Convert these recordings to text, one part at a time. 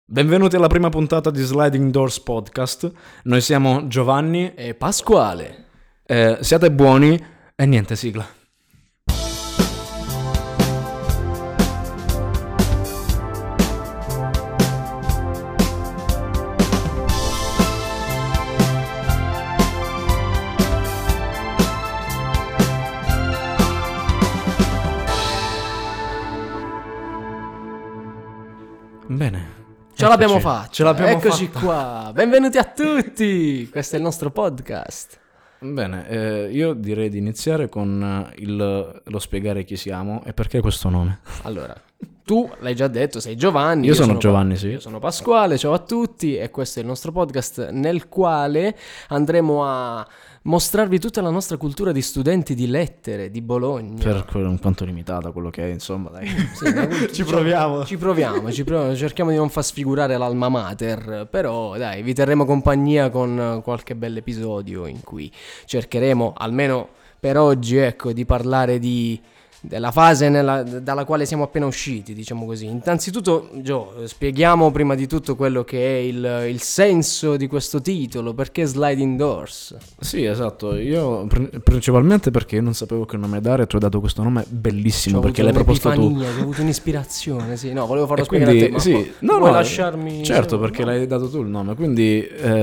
Benvenuti alla prima puntata di Sliding Doors Podcast. Noi siamo Giovanni e Pasquale. Siate buoni e niente, sigla. Bene. Ce l'abbiamo fatta. Ce l'abbiamo Eccoci fatta. qua. Benvenuti a tutti. Questo è il nostro podcast. Bene, io direi di iniziare con lo spiegare chi siamo e perché questo nome. Allora, tu l'hai già detto, sei Giovanni. Io sono Giovanni, sì. Io sono Pasquale, ciao a tutti. E questo è il nostro podcast nel quale andremo a mostrarvi tutta la nostra cultura di studenti di lettere di Bologna. Per un quanto limitata quello che è, insomma, dai. Sì, Ci proviamo. Ci proviamo, cerchiamo di non far sfigurare l'alma mater, però dai, vi terremo compagnia con qualche bell'episodio in cui cercheremo, almeno per oggi, ecco, di parlare della fase dalla quale siamo appena usciti, diciamo così. Innanzitutto, Gio, spieghiamo prima di tutto quello che è il senso di questo titolo, perché Sliding Doors? Sì, esatto, io principalmente perché io non sapevo che nome dare, tu hai dato questo nome bellissimo perché l'hai proposto tu. Ho avuto un'ispirazione, sì, no, volevo farlo E spiegare quindi, a te, ma sì, vuoi lasciarmi... Certo, perché l'hai dato tu il nome, quindi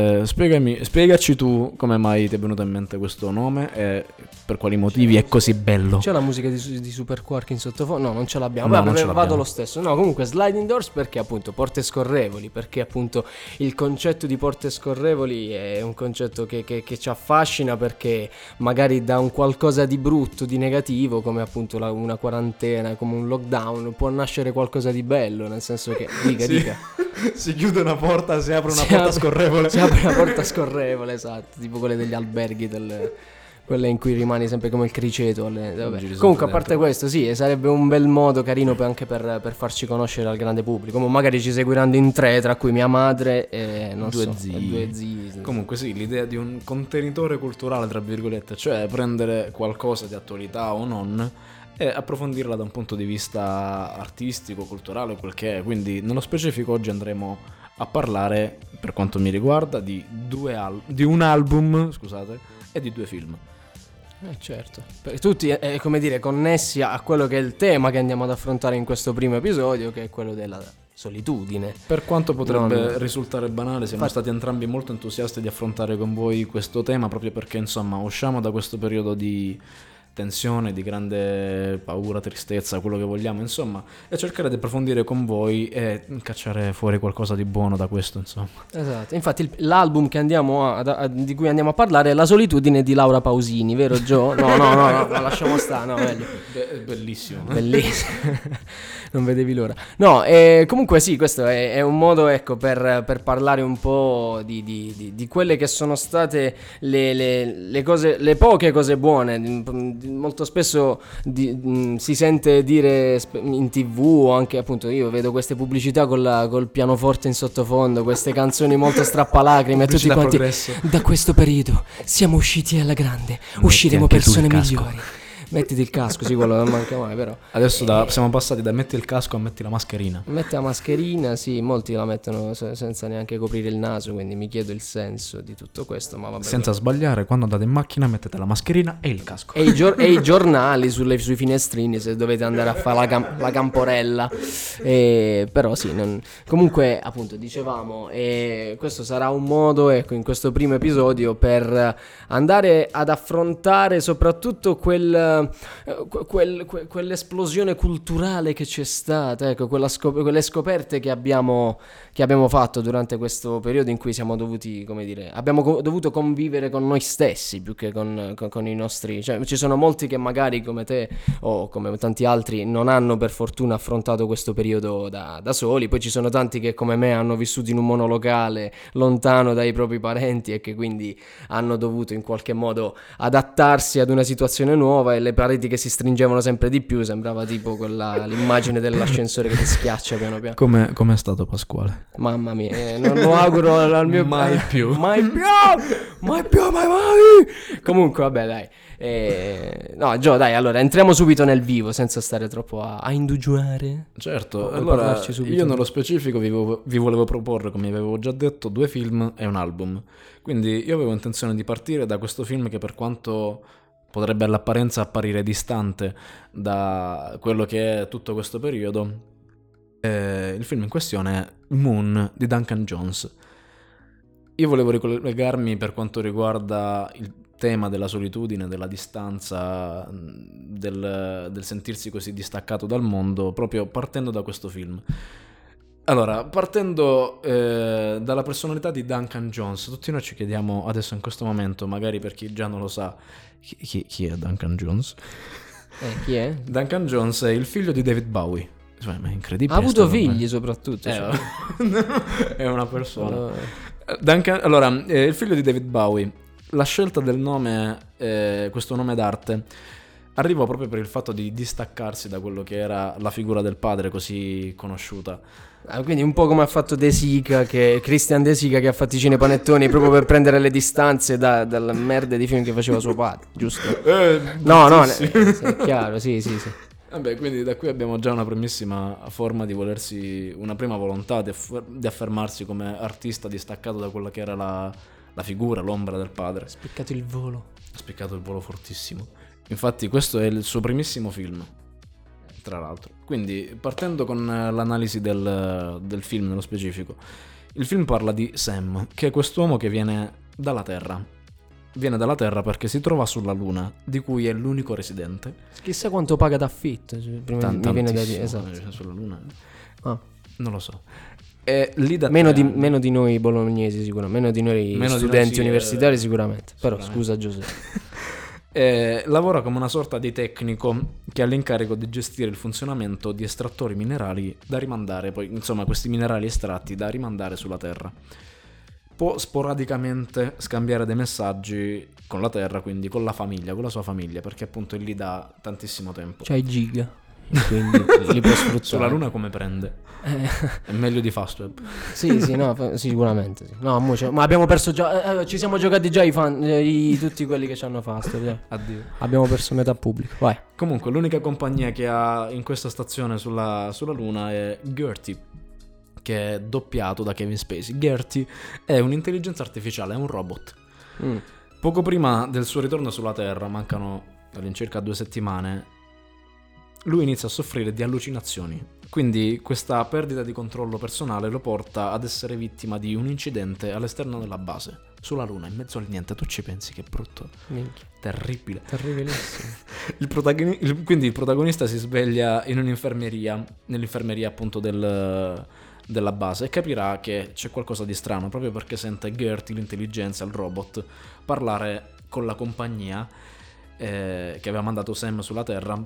spiegaci tu come mai ti è venuto in mente questo nome e per quali motivi è così bello. C'è la musica di Super Quark in sottofondo? No, non ce l'abbiamo. No, Vabbè, non ce vado l'abbiamo. lo stesso. No, comunque Sliding Doors perché appunto porte scorrevoli, perché appunto il concetto di porte scorrevoli è un concetto che ci affascina, perché magari da un qualcosa di brutto, di negativo, come appunto una quarantena, come un lockdown, può nascere qualcosa di bello, nel senso che dica. Si chiude una porta, si apre una porta scorrevole. Si apre una porta scorrevole, esatto, tipo quelle degli alberghi quelle in cui rimani sempre come il criceto. Vabbè. Comunque, a parte questo, sì, sarebbe un bel modo carino anche per farci conoscere al grande pubblico. Magari ci seguiranno in 3, tra cui mia madre e due zii. Comunque sì, l'idea di un contenitore culturale, tra virgolette, cioè prendere qualcosa di attualità o non e approfondirla da un punto di vista artistico, culturale, quel che è. Quindi nello specifico oggi andremo a parlare, per quanto mi riguarda, di un album, scusate, e di 2 film. Certo, perché tutti come dire, connessi a quello che è il tema che andiamo ad affrontare in questo primo episodio, che è quello della solitudine. Per quanto potrebbe risultare banale, siamo stati entrambi molto entusiasti di affrontare con voi questo tema, proprio perché insomma usciamo da questo periodo di tensione, di grande paura, tristezza, quello che vogliamo, insomma, e cercare di approfondire con voi e cacciare fuori qualcosa di buono da questo, insomma. Esatto, infatti l'album che di cui andiamo a parlare è La solitudine di Laura Pausini, vero Gio? No, lasciamo stare, no, meglio. Bellissimo. Bellissimo. Non vedevi l'ora. No, comunque sì, questo è un modo, ecco, per parlare un po' di quelle che sono state le cose, le poche cose buone. Molto spesso si sente dire in TV, o anche appunto io vedo queste pubblicità col pianoforte in sottofondo, queste canzoni molto strappalacrime, tutti quanti da questo periodo siamo usciti alla grande, usciremo persone migliori. Mettiti il casco, sì, quello non manca mai, però. Adesso siamo passati da metti il casco a metti la mascherina. Metti la mascherina, sì, molti la mettono senza neanche coprire il naso, quindi mi chiedo il senso di tutto questo, ma vabbè. Senza sbagliare, quando andate in macchina mettete la mascherina e il casco. E i giornali sui finestrini, se dovete andare a fare la camporella. Però sì, comunque appunto dicevamo, questo sarà un modo, ecco, in questo primo episodio per andare ad affrontare soprattutto quell'esplosione culturale che c'è stata, ecco, quelle scoperte che abbiamo fatto durante questo periodo in cui siamo dovuti, come dire, abbiamo dovuto convivere con noi stessi più che con i nostri, cioè ci sono molti che magari come te o come tanti altri non hanno per fortuna affrontato questo periodo da soli, poi ci sono tanti che come me hanno vissuto in un monolocale lontano dai propri parenti e che quindi hanno dovuto in qualche modo adattarsi ad una situazione nuova, e le pareti che si stringevano sempre di più, sembrava tipo l'immagine dell'ascensore che ti schiaccia piano piano. Come è stato Pasquale? Mamma mia, non lo auguro al mio... Mai più. Mai più, mai. Comunque, vabbè, dai. No, Gio, dai, allora entriamo subito nel vivo senza stare troppo a indugiare. Certo, Puoi allora parlarci subito? io nello specifico vi volevo proporre, come vi avevo già detto, 2 film e un album. Quindi io avevo intenzione di partire da questo film che, per quanto potrebbe all'apparenza apparire distante da quello che è tutto questo periodo, il film in questione è Moon di Duncan Jones. Io volevo ricollegarmi per quanto riguarda il tema della solitudine, della distanza, del sentirsi così distaccato dal mondo, proprio partendo da questo film. Allora, partendo dalla personalità di Duncan Jones, tutti noi ci chiediamo adesso in questo momento, magari per chi già non lo sa, chi è Duncan Jones? Chi è? Duncan Jones è il figlio di David Bowie. Cioè, ma è incredibile. Ha avuto sta roba. figli soprattutto. È una persona. Duncan, allora, il figlio di David Bowie. La scelta del nome, questo nome d'arte, arrivò proprio per il fatto di distaccarsi da quello che era la figura del padre così conosciuta. Quindi un po' come ha fatto Christian De Sica, che ha fatto i cinepanettoni proprio per prendere le distanze dalla merda di film che faceva suo padre, giusto? No, è chiaro, sì. Vabbè, quindi da qui abbiamo già una primissima forma di volersi, una prima volontà di affermarsi come artista distaccato da quella che era la figura, l'ombra del padre. Ha spiccato il volo. Ha spiccato il volo fortissimo. Infatti questo è il suo primissimo film, tra l'altro. Quindi, partendo con l'analisi del film nello specifico, il film parla di Sam, che è quest'uomo che viene dalla Terra. Viene dalla Terra perché si trova sulla Luna, di cui è l'unico residente. Chissà quanto paga d'affitto. Prima mi viene da dire, esatto. Sulla Luna. Ah. Non lo so. E lì da meno di noi bolognesi sicuramente, meno di noi studenti universitari sicuramente. Però scusa Giuseppe. Lavora come una sorta di tecnico che ha l'incarico di gestire il funzionamento di estrattori minerali da rimandare, poi insomma questi minerali estratti da rimandare sulla Terra. Può sporadicamente scambiare dei messaggi con la Terra, quindi con la famiglia, con la sua famiglia, perché appunto è lì da tantissimo tempo. C'hai giga, quindi li puoi sfruttare. Sulla Luna come prende? È meglio di Fastweb. Sì, no, sicuramente. Sì. No, ma abbiamo perso già. Ci siamo giocati già i fan, tutti quelli che ci hanno Fastweb. Addio. Abbiamo perso metà pubblico. Vai. Comunque, l'unica compagnia che ha in questa stazione sulla Luna è Gertie, che è doppiato da Kevin Spacey. Gertie è un'intelligenza artificiale, è un robot. Poco prima del suo ritorno sulla Terra, mancano all'incirca 2 settimane, lui inizia a soffrire di allucinazioni. Quindi questa perdita di controllo personale lo porta ad essere vittima di un incidente all'esterno della base, sulla Luna, in mezzo al niente. Tu ci pensi che brutto? Minchia. Terribile. Terribilissimo. Quindi il protagonista si sveglia in un'infermeria, nell'infermeria appunto della base, e capirà che c'è qualcosa di strano, proprio perché sente Gertie, l'intelligenza, il robot, parlare con la compagnia che aveva mandato Sam sulla Terra.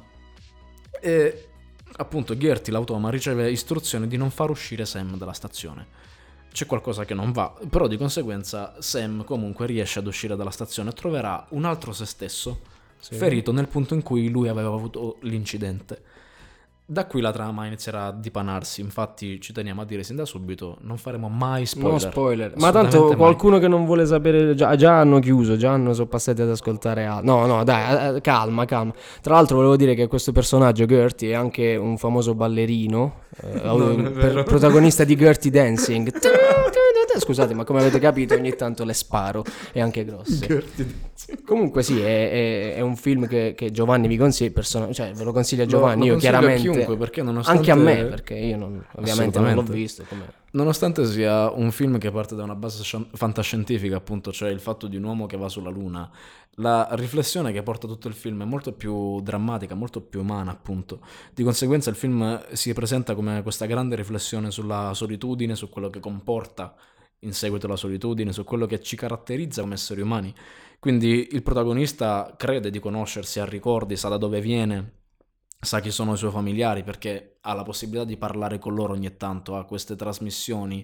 E appunto Gertie, l'automa, riceve istruzioni di non far uscire Sam dalla stazione. C'è qualcosa che non va, però di conseguenza Sam comunque riesce ad uscire dalla stazione e troverà un altro se stesso, ferito nel punto in cui lui aveva avuto l'incidente. Da qui la trama inizierà a dipanarsi. Infatti ci teniamo a dire sin da subito, non faremo mai spoiler. No spoiler. Ma tanto qualcuno che non vuole sapere già hanno chiuso, sono passati ad ascoltare No, dai, calma. Tra l'altro volevo dire che questo personaggio Gertie è anche un famoso ballerino, protagonista di Gertie Dancing. Scusate, ma come avete capito ogni tanto le sparo, e anche grosse. Comunque sì, è un film che Giovanni vi consiglia, cioè ve lo consiglia Giovanni, io chiaramente a chiunque, perché nonostante... anche a me, perché io ovviamente non l'ho visto. Nonostante sia un film che parte da una base fantascientifica, appunto, cioè il fatto di un uomo che va sulla Luna, la riflessione che porta tutto il film è molto più drammatica, molto più umana, appunto. Di conseguenza il film si presenta come questa grande riflessione sulla solitudine, su quello che comporta in seguito alla solitudine, su quello che ci caratterizza come esseri umani. Quindi il protagonista crede di conoscersi, ha ricordi, sa da dove viene, sa chi sono i suoi familiari, perché ha la possibilità di parlare con loro ogni tanto, ha queste trasmissioni,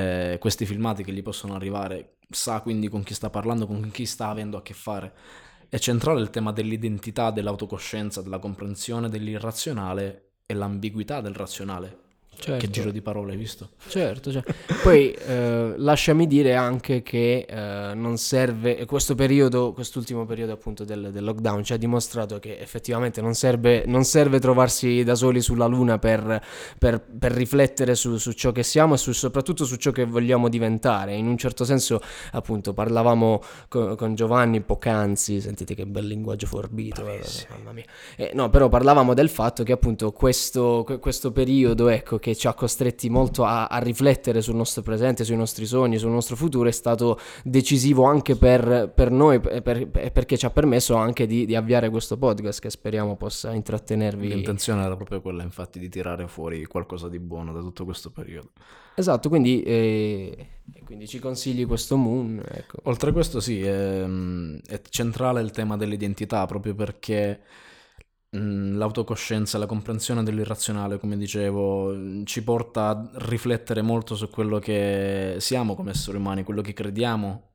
questi filmati che gli possono arrivare, sa quindi con chi sta parlando, con chi sta avendo a che fare. è centrale il tema dell'identità, dell'autocoscienza, della comprensione dell'irrazionale e l'ambiguità del razionale. Certo. Che giro di parole, hai visto? Certo. Poi lasciami dire anche che non serve, quest'ultimo periodo appunto del lockdown ci ha dimostrato che effettivamente non serve trovarsi da soli sulla Luna per riflettere su ciò che siamo e soprattutto su ciò che vogliamo diventare. In un certo senso, appunto, parlavamo con Giovanni poc'anzi, sentite che bel linguaggio forbito, mamma mia. No, però parlavamo del fatto che appunto questo periodo, ecco, che ci ha costretti molto a riflettere sul nostro presente, sui nostri sogni, sul nostro futuro, è stato decisivo anche per noi, perché ci ha permesso anche di avviare questo podcast che speriamo possa intrattenervi. L'intenzione era proprio quella, infatti, di tirare fuori qualcosa di buono da tutto questo periodo. Esatto, quindi ci consigli questo Moon, ecco. Oltre a questo sì, è centrale il tema dell'identità, proprio perché l'autocoscienza, la comprensione dell'irrazionale, come dicevo, ci porta a riflettere molto su quello che siamo come esseri umani, quello che crediamo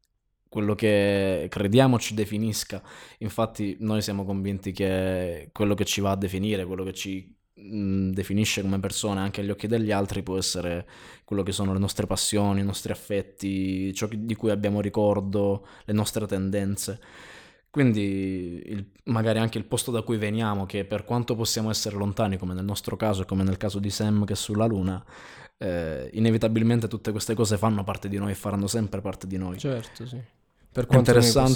ci definisca. Infatti noi siamo convinti che quello che ci va a definire, quello che ci definisce come persone anche agli occhi degli altri, può essere quello che sono le nostre passioni, i nostri affetti, ciò di cui abbiamo ricordo, le nostre tendenze. Quindi magari anche il posto da cui veniamo, che per quanto possiamo essere lontani, come nel nostro caso e come nel caso di Sam che è sulla Luna, inevitabilmente tutte queste cose fanno parte di noi e faranno sempre parte di noi. Certo, sì. Per quanto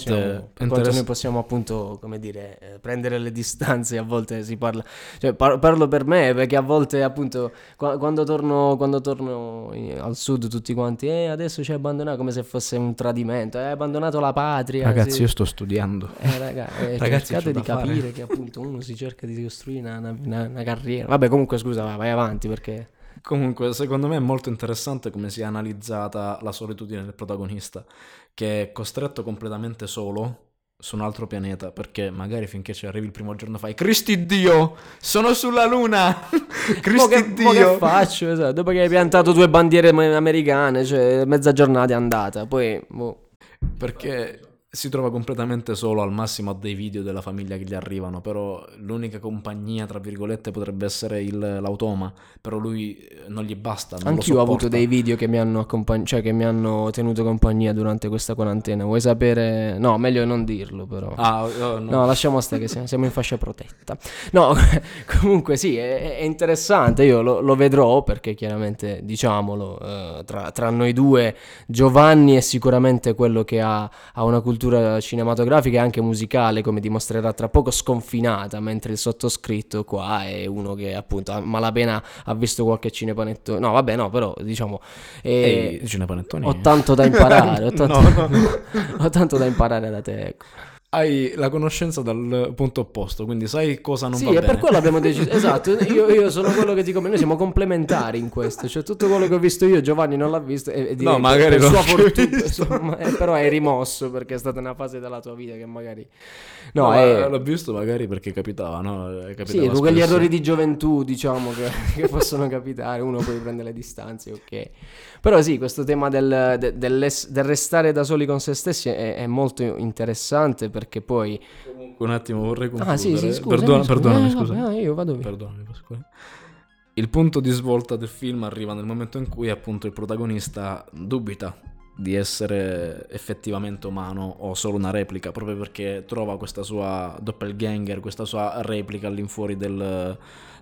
noi possiamo appunto, come dire, prendere le distanze, a volte si parla, cioè parlo per me, perché a volte appunto quando torno al sud tutti quanti adesso ci hai abbandonato, come se fosse un tradimento, hai abbandonato la patria. Ragazzi, sì. Io sto studiando. Ragazzi, cercate di capire che appunto uno si cerca di costruire una carriera. Vabbè, comunque scusa, vai avanti perché... Comunque, secondo me è molto interessante come sia analizzata la solitudine del protagonista, che è costretto completamente solo su un altro pianeta, perché magari finché ci arrivi il primo giorno fai Cristi Dio, sono sulla Luna! Cristi Dio! Ma che faccio? Esatto. Dopo che hai piantato 2 bandiere americane, cioè mezza giornata è andata, poi... Perché si trova completamente solo, al massimo ha dei video della famiglia che gli arrivano, però l'unica compagnia, tra virgolette, potrebbe essere l'automa, però lui non gli basta, non Anch'io ho avuto dei video che mi hanno che mi hanno tenuto compagnia durante questa quarantena. Vuoi sapere? No, meglio non dirlo, però. No, lasciamo stare che siamo in fascia protetta. No, comunque sì, è interessante, io lo vedrò perché chiaramente, diciamolo, tra noi due Giovanni è sicuramente quello che ha una cultura cinematografica e anche musicale, come dimostrerà tra poco, sconfinata, mentre il sottoscritto qua è uno che appunto a malapena ha visto qualche cinepanettone. No, vabbè, no, però diciamo cinepanettoni. Ho tanto da imparare, No. ho tanto da imparare da te, ecco. Hai la conoscenza dal punto opposto, quindi sai cosa non va bene. Sì, e per quello abbiamo deciso. Esatto, io sono quello che dico, noi siamo complementari in questo, cioè tutto quello che ho visto io Giovanni non l'ha visto e no, magari per sua fortuna, però hai rimosso perché è stata una fase della tua vita che magari l'ho visto magari perché capitava, no? Sì, quegli errori di gioventù, diciamo, che possono capitare, uno poi prende le distanze, ok. Però sì, questo tema del restare da soli con se stessi è molto interessante, perché poi... Un attimo, vorrei concludere. Sì, scusa. Perdonami, scusa. Vabbè, io vado via. Perdonami, scusa. Il punto di svolta del film arriva nel momento in cui appunto il protagonista dubita di essere effettivamente umano o solo una replica, proprio perché trova questa sua doppelganger, questa sua replica all'infuori della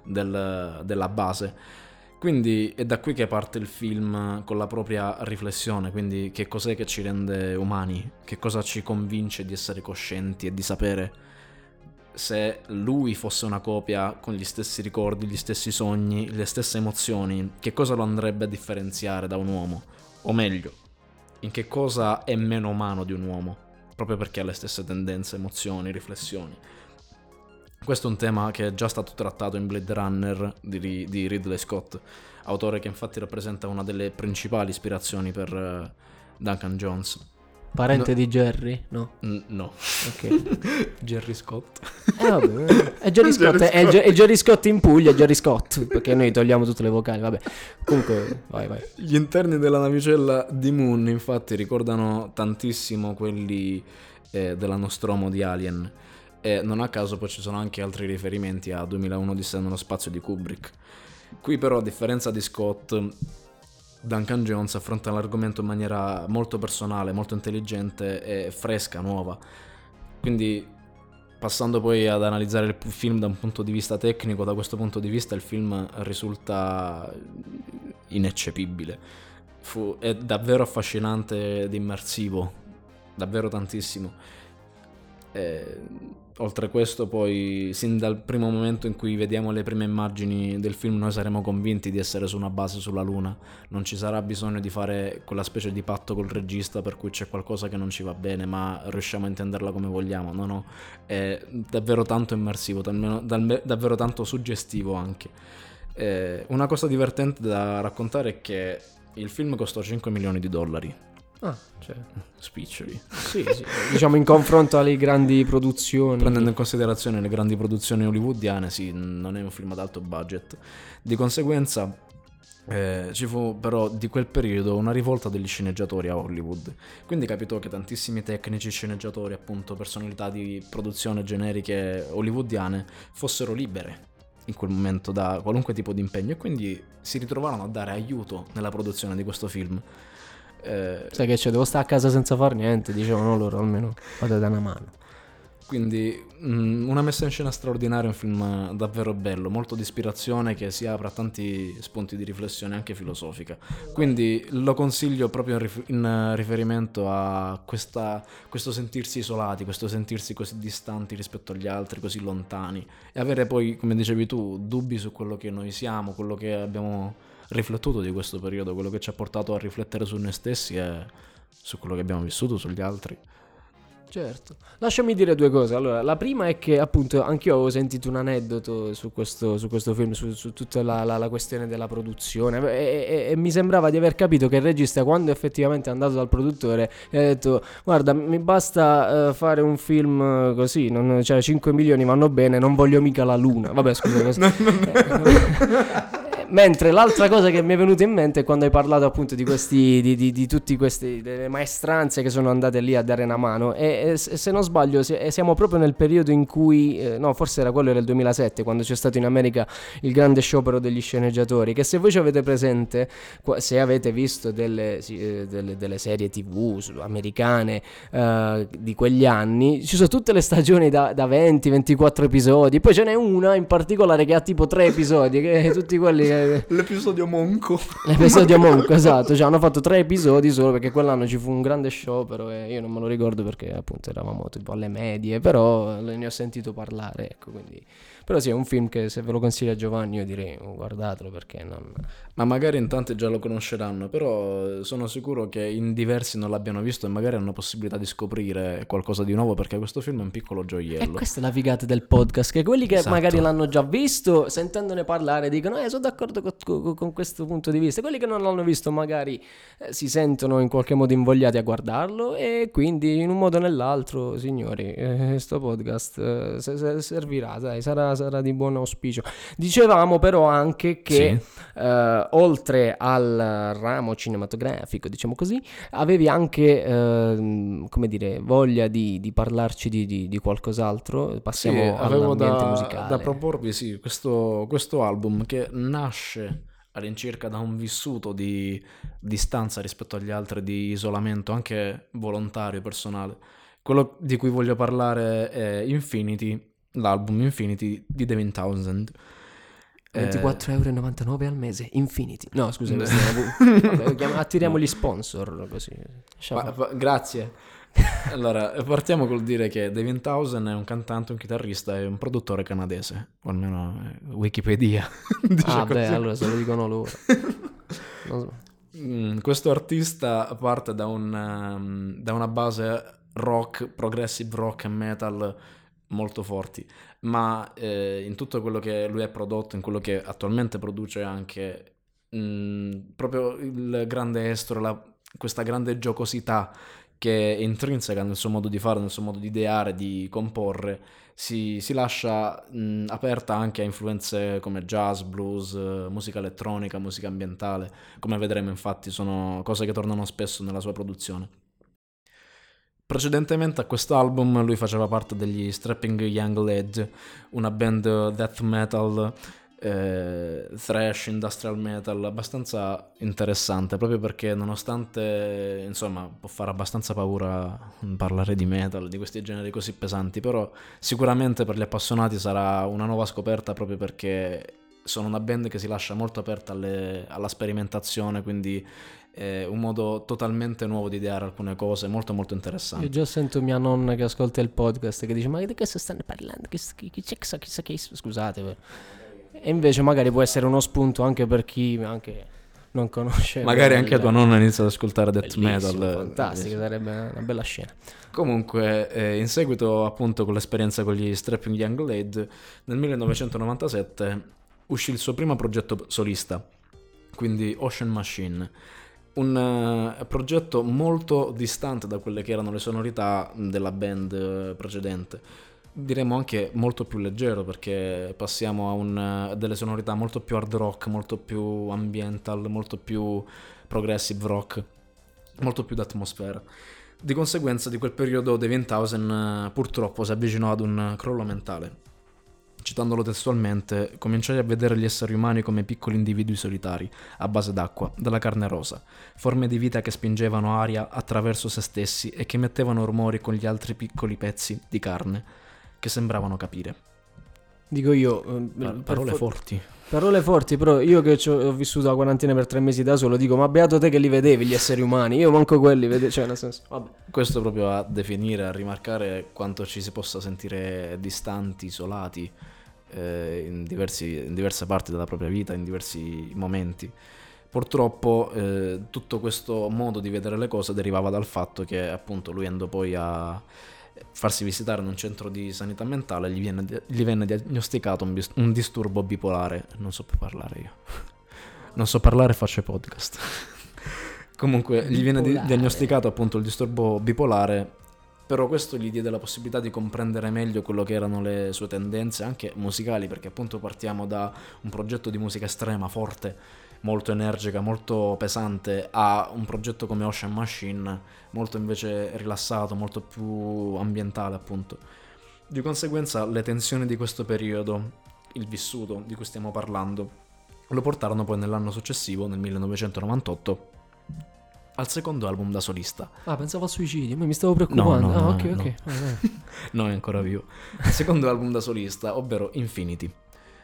base. Quindi è da qui che parte il film con la propria riflessione, quindi che cos'è che ci rende umani, che cosa ci convince di essere coscienti e di sapere se lui fosse una copia con gli stessi ricordi, gli stessi sogni, le stesse emozioni, che cosa lo andrebbe a differenziare da un uomo, o meglio, in che cosa è meno umano di un uomo, proprio perché ha le stesse tendenze, emozioni, riflessioni. Questo è un tema che è già stato trattato in Blade Runner di Ridley Scott, autore che infatti rappresenta una delle principali ispirazioni per Duncan Jones. Parente di Jerry? No. No. Ok. Jerry Scott. Vabbè. È Jerry Scott. È Jerry Scott in Puglia, è Jerry Scott, perché noi togliamo tutte le vocali, vabbè. Comunque, vai. Gli interni della navicella di Moon, infatti, ricordano tantissimo quelli della Nostromo di Alien, e non a caso poi ci sono anche altri riferimenti a 2001 Odissea nello spazio di Kubrick. Qui però, a differenza di Scott, Duncan Jones affronta l'argomento in maniera molto personale, molto intelligente e fresca, nuova. Quindi, passando poi ad analizzare il film da un punto di vista tecnico, da questo punto di vista il film risulta ineccepibile. È davvero affascinante ed immersivo, davvero tantissimo. Oltre a questo, poi, sin dal primo momento in cui vediamo le prime immagini del film, noi saremo convinti di essere su una base sulla Luna. Non ci sarà bisogno di fare quella specie di patto col regista per cui c'è qualcosa che non ci va bene, ma riusciamo a intenderla come vogliamo. No, è davvero tanto immersivo, davvero tanto suggestivo anche. Una cosa divertente da raccontare è che il film costò $5 milioni. Ah, cioè, Spiccioli. sì, diciamo in confronto alle grandi produzioni. Prendendo in considerazione le grandi produzioni hollywoodiane, sì, non è un film ad alto budget. Di conseguenza ci fu però di quel periodo una rivolta degli sceneggiatori a Hollywood. Quindi capitò che tantissimi tecnici, sceneggiatori, appunto personalità di produzione generiche hollywoodiane fossero libere in quel momento da qualunque tipo di impegno, e quindi si ritrovarono a dare aiuto nella produzione di questo film. Sai che c'è, devo stare a casa senza far niente, dicevano loro, almeno vado da una mano. Quindi una messa in scena straordinaria, un film davvero bello, molto di ispirazione, che si apre a tanti spunti di riflessione anche filosofica. Quindi lo consiglio proprio in riferimento a questo sentirsi isolati, questo sentirsi così distanti rispetto agli altri, così lontani, e avere poi, come dicevi tu, dubbi su quello che noi siamo, quello che abbiamo riflettuto di questo periodo, quello che ci ha portato a riflettere su noi stessi e su quello che abbiamo vissuto, sugli altri. Certo. Lasciami dire due cose. Allora, la prima è che appunto anch'io avevo sentito un aneddoto su questo film, su tutta la questione della produzione, e mi sembrava di aver capito che il regista, quando effettivamente è andato dal produttore, gli ha detto: guarda, mi basta fare un film così, cioè 5 milioni vanno bene, non voglio mica la luna. Vabbè, scusa. Mentre l'altra cosa che mi è venuta in mente è quando hai parlato appunto di questi di tutti questi delle maestranze che sono andate lì a dare una mano, e se non sbaglio siamo proprio nel periodo in cui no, forse era quello del 2007, quando c'è stato in America il grande sciopero degli sceneggiatori, che se voi ci avete presente, se avete visto delle serie TV americane di quegli anni, ci sono tutte le stagioni da 20-24 episodi, poi ce n'è una in particolare che ha tipo 3 episodi, che tutti quelli L'episodio Monco, esatto, cioè hanno fatto 3 episodi solo perché quell'anno ci fu un grande sciopero, e io non me lo ricordo perché appunto eravamo tipo alle medie, però ne ho sentito parlare, ecco, quindi. Però sì, è un film che, se ve lo consiglia Giovanni, io direi guardatelo, perché non. ma magari in tanti già lo conosceranno, però sono sicuro che in diversi non l'abbiano visto e magari hanno possibilità di scoprire qualcosa di nuovo, perché questo film è un piccolo E gioiello. questa è la figata del podcast, che quelli che Esatto. magari l'hanno già visto, sentendone parlare, dicono sono d'accordo con questo punto di vista. Quelli che non l'hanno visto magari si sentono in qualche modo invogliati a guardarlo, e quindi in un modo o nell'altro, signori, sto podcast servirà, dai, sarà di buon auspicio. Dicevamo però anche che oltre al ramo cinematografico, diciamo così, avevi anche come dire, voglia di parlarci di qualcos'altro. Passiamo all'ambiente musicale. Da proporvi, sì, questo album che nasce all'incirca da un vissuto di distanza rispetto agli altri, di isolamento anche volontario, personale. Quello di cui voglio parlare è Infinity, l'album Infinity di Devin Townsend. 24,99 € al mese, Infinity. No, scusa, vabbè, attiriamo gli sponsor così. Grazie. Allora, partiamo col dire che Devin Townsend è un cantante, un chitarrista e un produttore canadese, o almeno Wikipedia dice così. Beh, allora se lo dicono loro. Non so. Questo artista parte da una base rock, progressive rock e metal molto forti, ma in tutto quello che lui ha prodotto, in quello che attualmente produce anche, proprio il grande estro, questa grande giocosità che è intrinseca nel suo modo di fare, nel suo modo di ideare, di comporre, si lascia aperta anche a influenze come jazz, blues, musica elettronica, musica ambientale. Come vedremo, infatti, sono cose che tornano spesso nella sua produzione. Precedentemente a quest'album lui faceva parte degli Strapping Young Lad, una band death metal, thrash, industrial metal, abbastanza interessante, proprio perché nonostante, insomma, può fare abbastanza paura parlare di metal, di questi generi così pesanti, però sicuramente per gli appassionati sarà una nuova scoperta, proprio perché sono una band che si lascia molto aperta alla sperimentazione, quindi è un modo totalmente nuovo di ideare alcune cose, molto molto interessante. Io già sento mia nonna che ascolta il podcast che dice: ma di cosa stanno parlando? Chissà che scusate. E invece magari può essere uno spunto anche per chi anche non conosce. Magari anche tua nonna inizia ad ascoltare death Bellissimo, metal. fantastico, sarebbe una bella scena. Comunque, in seguito appunto con l'esperienza con gli Strapping Young Lad, nel 1997 uscì il suo primo progetto solista, quindi Ocean Machine, un progetto molto distante da quelle che erano le sonorità della band precedente. Diremmo anche molto più leggero, perché passiamo a delle sonorità molto più hard rock, molto più ambiental, molto più progressive rock, molto più d'atmosfera. Di conseguenza di quel periodo The 1000 purtroppo si avvicinò ad un crollo mentale. Citandolo testualmente, cominciai a vedere gli esseri umani come piccoli individui solitari, a base d'acqua, dalla carne rosa, forme di vita che spingevano aria attraverso se stessi e che mettevano rumori con gli altri piccoli pezzi di carne, che sembravano capire. Dico io, Parole forti. Parole forti, però io che ho vissuto la quarantina per 3 mesi da solo dico: ma beato te che li vedevi gli esseri umani, io manco quelli vedevo, cioè nel senso, vabbè. Questo proprio a definire, a rimarcare quanto ci si possa sentire distanti, isolati in diverse parti della propria vita, in diversi momenti. Purtroppo tutto questo modo di vedere le cose derivava dal fatto che appunto lui andò poi a farsi visitare in un centro di sanità mentale, gli venne diagnosticato un disturbo bipolare. Non so più parlare io. Non so parlare e faccio podcast. Comunque gli viene diagnosticato appunto il disturbo bipolare, però questo gli diede la possibilità di comprendere meglio quello che erano le sue tendenze anche musicali, perché appunto partiamo da un progetto di musica estrema, forte, molto energica, molto pesante, a un progetto come Ocean Machine, molto invece rilassato, molto più ambientale appunto. Di conseguenza le tensioni di questo periodo, il vissuto di cui stiamo parlando, lo portarono poi nell'anno successivo, nel 1998, al secondo album da solista. Ah, pensavo al suicidio, mi stavo preoccupando. No, ok. No, è ancora vivo. Il secondo album da solista, ovvero Infinity.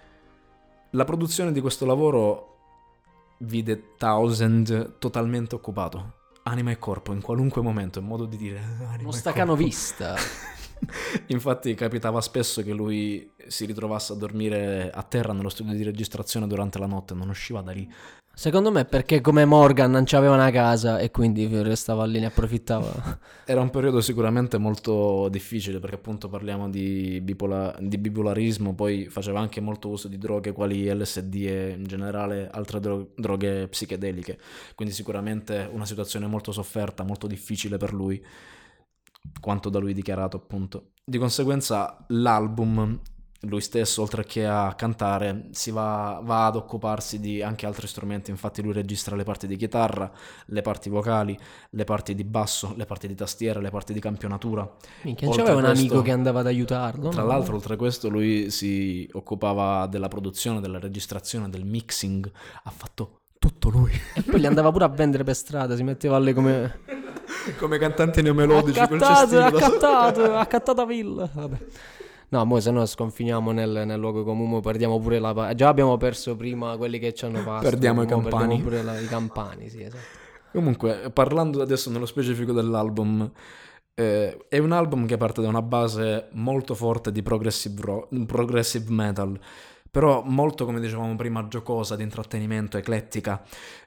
La produzione di questo lavoro vide Thousand totalmente occupato, anima e corpo, in qualunque momento, in modo di dire uno stacanovista. Infatti capitava spesso che lui si ritrovasse a dormire a terra nello studio di registrazione durante la notte, non usciva da lì. Secondo me perché come Morgan non c'aveva una casa e quindi restava lì, ne approfittava. Era un periodo sicuramente molto difficile, perché appunto parliamo di bipolarismo, poi faceva anche molto uso di droghe quali LSD e in generale altre droghe psichedeliche, quindi sicuramente una situazione molto sofferta, molto difficile per lui, quanto da lui dichiarato appunto. Di conseguenza l'album, lui stesso oltre che a cantare va ad occuparsi di anche altri strumenti. Infatti lui registra le parti di chitarra, le parti vocali, le parti di basso, le parti di tastiera, le parti di campionatura. Minchia, c'aveva un amico che andava ad aiutarlo. Tra l'altro, oltre a questo, lui si occupava della produzione, della registrazione, del mixing, ha fatto tutto lui. E poi li andava pure a vendere per strada, si metteva lì come cantanti neomelodici col cestino. Accattata Villa, vabbè. No, mo se no sconfiniamo nel luogo comune, perdiamo pure già abbiamo perso prima quelli che ci hanno passato. Perdiamo i campani. Perdiamo pure i campani, sì, esatto. Comunque, parlando adesso nello specifico dell'album, è un album che parte da una base molto forte di progressive metal, però molto, come dicevamo prima, giocosa, di intrattenimento, eclettica,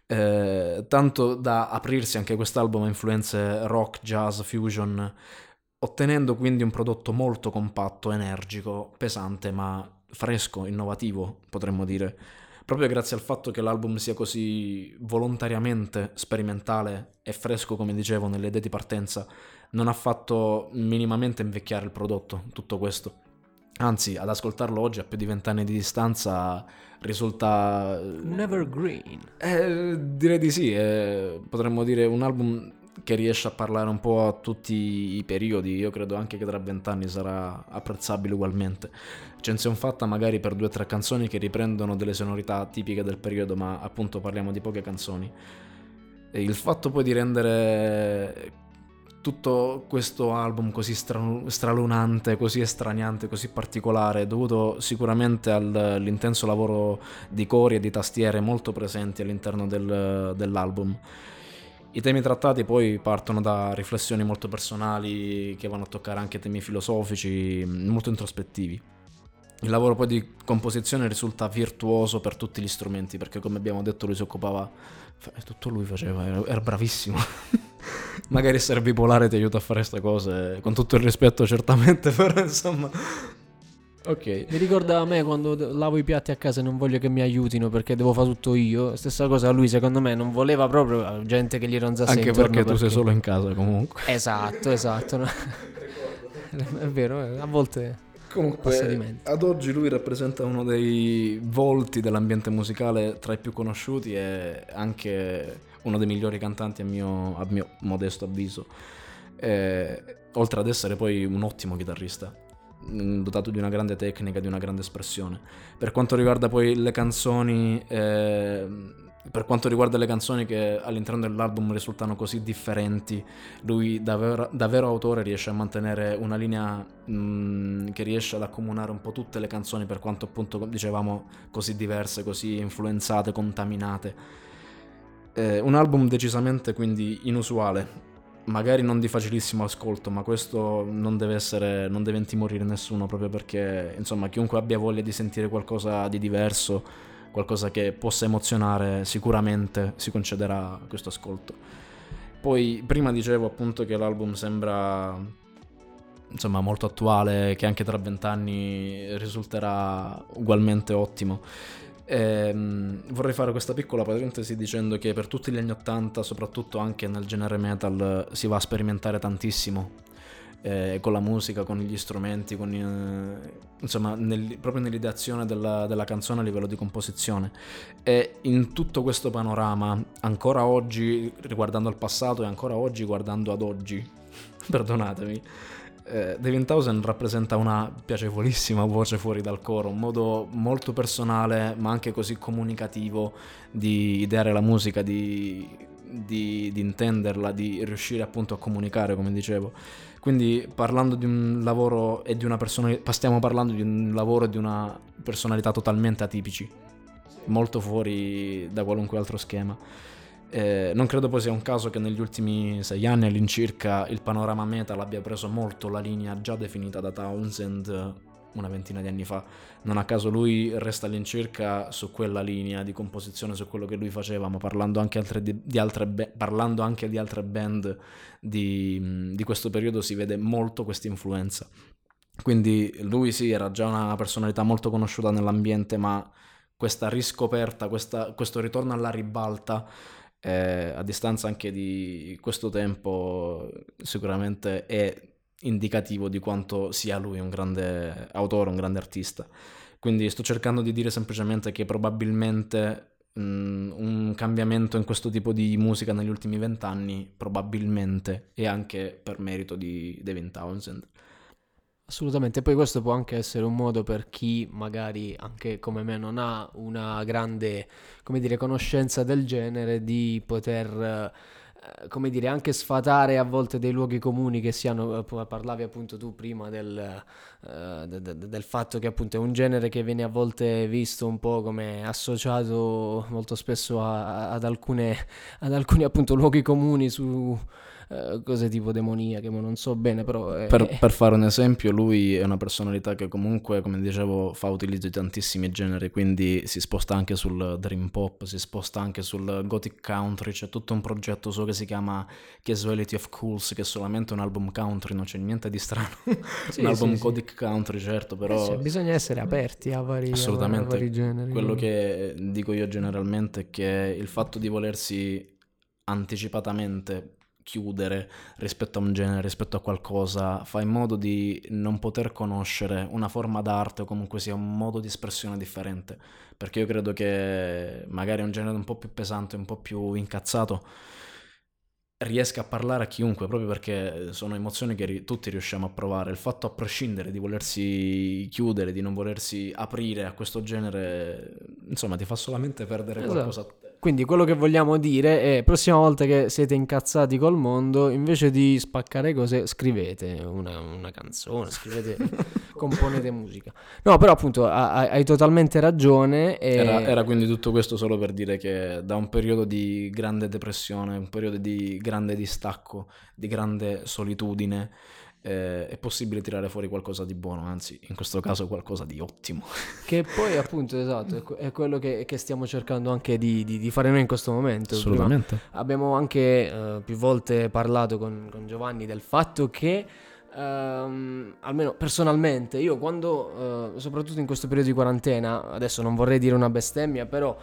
tanto da aprirsi anche quest'album a influenze rock, jazz, fusion, ottenendo quindi un prodotto molto compatto, energico, pesante, ma fresco, innovativo, potremmo dire. Proprio grazie al fatto che l'album sia così volontariamente sperimentale e fresco, come dicevo, nelle idee di partenza, non ha fatto minimamente invecchiare il prodotto, tutto questo. Anzi, ad ascoltarlo oggi a più di 20 anni di distanza risulta... un evergreen. Direi di sì, potremmo dire un album che riesce a parlare un po' a tutti i periodi. Io credo anche che tra 20 anni sarà apprezzabile ugualmente. Eccezion fatta magari per 2 o 3 canzoni che riprendono delle sonorità tipiche del periodo, ma appunto parliamo di poche canzoni. E il fatto poi di rendere tutto questo album così stralunante, così estraniante, così particolare, è dovuto sicuramente all'intenso lavoro di cori e di tastiere molto presenti all'interno dell'album. I temi trattati poi partono da riflessioni molto personali che vanno a toccare anche temi filosofici molto introspettivi. Il lavoro poi di composizione risulta virtuoso per tutti gli strumenti, perché come abbiamo detto lui si occupava, tutto lui faceva, era bravissimo. Magari essere bipolare ti aiuta a fare queste cose, con tutto il rispetto certamente, però insomma... Ok. Mi ricorda a me quando lavo i piatti a casa e non voglio che mi aiutino perché devo fare tutto io. Stessa cosa lui, secondo me, non voleva proprio gente che gli ronzasse Anche intorno perché tu sei solo in casa comunque. Esatto, no? È vero, a volte passa di Comunque, mente. ad oggi lui rappresenta uno dei volti dell'ambiente musicale tra i più conosciuti e anche uno dei migliori cantanti a mio modesto avviso. Oltre ad essere poi un ottimo chitarrista, dotato di una grande tecnica, di una grande espressione. Per quanto riguarda poi le canzoni, per quanto riguarda le canzoni che all'interno dell'album risultano così differenti, lui davvero autore riesce a mantenere una linea che riesce ad accomunare un po' tutte le canzoni, per quanto appunto dicevamo così diverse, così influenzate, contaminate. Un album decisamente quindi inusuale, magari non di facilissimo ascolto, ma questo non deve intimorire nessuno, proprio perché insomma chiunque abbia voglia di sentire qualcosa di diverso, qualcosa che possa emozionare, sicuramente si concederà questo ascolto. Poi prima dicevo appunto che l'album sembra insomma molto attuale, che anche tra 20 anni risulterà ugualmente ottimo. Vorrei fare questa piccola parentesi dicendo che per tutti gli anni 80, soprattutto anche nel genere metal, si va a sperimentare tantissimo con la musica, con gli strumenti, insomma proprio nell'ideazione della canzone a livello di composizione. E in tutto questo panorama, ancora oggi riguardando al passato e ancora oggi guardando ad oggi, perdonatemi, Devin rappresenta una piacevolissima voce fuori dal coro, un modo molto personale ma anche così comunicativo di ideare la musica, di intenderla, di riuscire appunto a comunicare, come dicevo. Quindi parlando di un lavoro e di una personalità, stiamo parlando di un lavoro e di una personalità totalmente atipici, molto fuori da qualunque altro schema. Non credo poi sia un caso che negli ultimi 6 anni all'incirca il panorama metal abbia preso molto la linea già definita da Townsend una ventina di anni fa. Non a caso lui resta all'incirca su quella linea di composizione, su quello che lui faceva, ma parlando anche di altre band di questo periodo si vede molto questa influenza. Quindi lui sì, era già una personalità molto conosciuta nell'ambiente, ma questa riscoperta, questo ritorno alla ribalta, a distanza anche di questo tempo, sicuramente è indicativo di quanto sia lui un grande autore, un grande artista. Quindi sto cercando di dire semplicemente che probabilmente un cambiamento in questo tipo di musica negli ultimi 20 anni probabilmente è anche per merito di Devin Townsend. Assolutamente, poi questo può anche essere un modo per chi magari anche come me non ha una grande, come dire, conoscenza del genere di poter, come dire, anche sfatare a volte dei luoghi comuni che si hanno, parlavi appunto tu prima del fatto che appunto è un genere che viene a volte visto un po' come associato molto spesso ad alcuni appunto luoghi comuni su cose tipo demoniache, ma non so bene, però Per fare un esempio, lui è una personalità che comunque, come dicevo, fa utilizzo di tantissimi generi, quindi si sposta anche sul dream pop, si sposta anche sul gothic country, c'è tutto un progetto suo che si chiama Casualty of Cools, che è solamente un album country, non c'è niente di strano. sì, Un album sì. gothic country, certo, però Bisogna essere aperti a assolutamente. vari generi. Quello che dico io generalmente è che il fatto di volersi anticipatamente chiudere rispetto a un genere, rispetto a qualcosa, fa in modo di non poter conoscere una forma d'arte o comunque sia un modo di espressione differente, perché io credo che magari un genere un po' più pesante, un po' più incazzato riesca a parlare a chiunque, proprio perché sono emozioni che tutti riusciamo a provare. Il fatto, a prescindere, di volersi chiudere, di non volersi aprire a questo genere, insomma, ti fa solamente perdere qualcosa a te. Quindi quello che vogliamo dire è: prossima volta che siete incazzati col mondo, invece di spaccare cose, scrivete una canzone, componete musica. No, però appunto hai totalmente ragione. Era quindi tutto questo solo per dire che da un periodo di grande depressione, un periodo di grande distacco, di grande solitudine, è possibile tirare fuori qualcosa di buono, anzi in questo caso qualcosa di ottimo. Che poi appunto, esatto, è quello che stiamo cercando anche di fare noi in questo momento. Assolutamente. Prima abbiamo anche più volte parlato con Giovanni del fatto che almeno personalmente io, quando soprattutto in questo periodo di quarantena, adesso non vorrei dire una bestemmia, però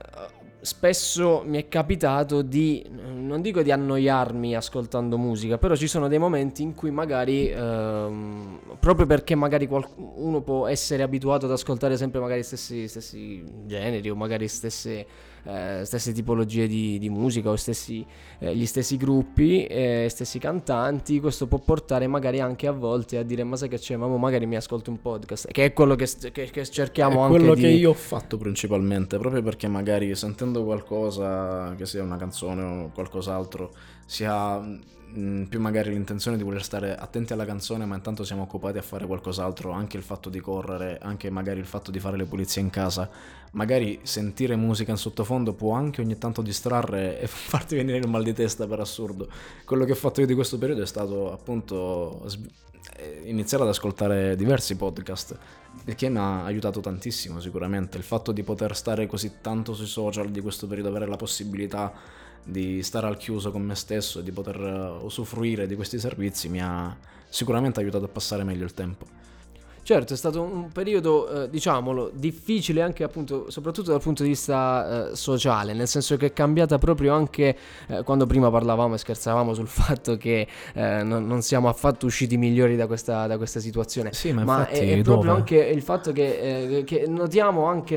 spesso mi è capitato di, non dico di annoiarmi ascoltando musica, però ci sono dei momenti in cui magari proprio perché magari uno può essere abituato ad ascoltare sempre magari stessi generi o magari stesse tipologie di musica o gli stessi gruppi, stessi cantanti, questo può portare magari anche a volte a dire: ma sai che c'è, ma magari mi ascolto un podcast, che è quello che cerchiamo anche quello che io ho fatto principalmente, proprio perché magari sentendo qualcosa, che sia una canzone o qualcos'altro, si ha più magari l'intenzione di voler stare attenti alla canzone, ma intanto siamo occupati a fare qualcos'altro, anche il fatto di correre, anche magari il fatto di fare le pulizie in casa, magari sentire musica in sottofondo può anche ogni tanto distrarre e farti venire il mal di testa, per assurdo. Quello che ho fatto io di questo periodo è stato appunto iniziare ad ascoltare diversi podcast, il che mi ha aiutato tantissimo sicuramente. Il fatto di poter stare così tanto sui social di questo periodo, avere la possibilità di stare al chiuso con me stesso e di poter usufruire di questi servizi, mi ha sicuramente aiutato a passare meglio il tempo. Certo, è stato un periodo, diciamolo, difficile anche appunto, soprattutto dal punto di vista sociale, nel senso che è cambiata proprio anche quando prima parlavamo e scherzavamo sul fatto che non siamo affatto usciti migliori da questa situazione. Sì, ma è infatti proprio anche il fatto che notiamo anche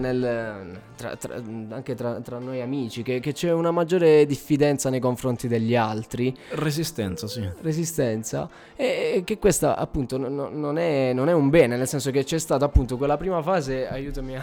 anche tra noi amici che c'è una maggiore diffidenza nei confronti degli altri. Resistenza, sì. Resistenza, e che questa appunto non è un bene, nel senso che c'è stata appunto quella prima fase, aiutami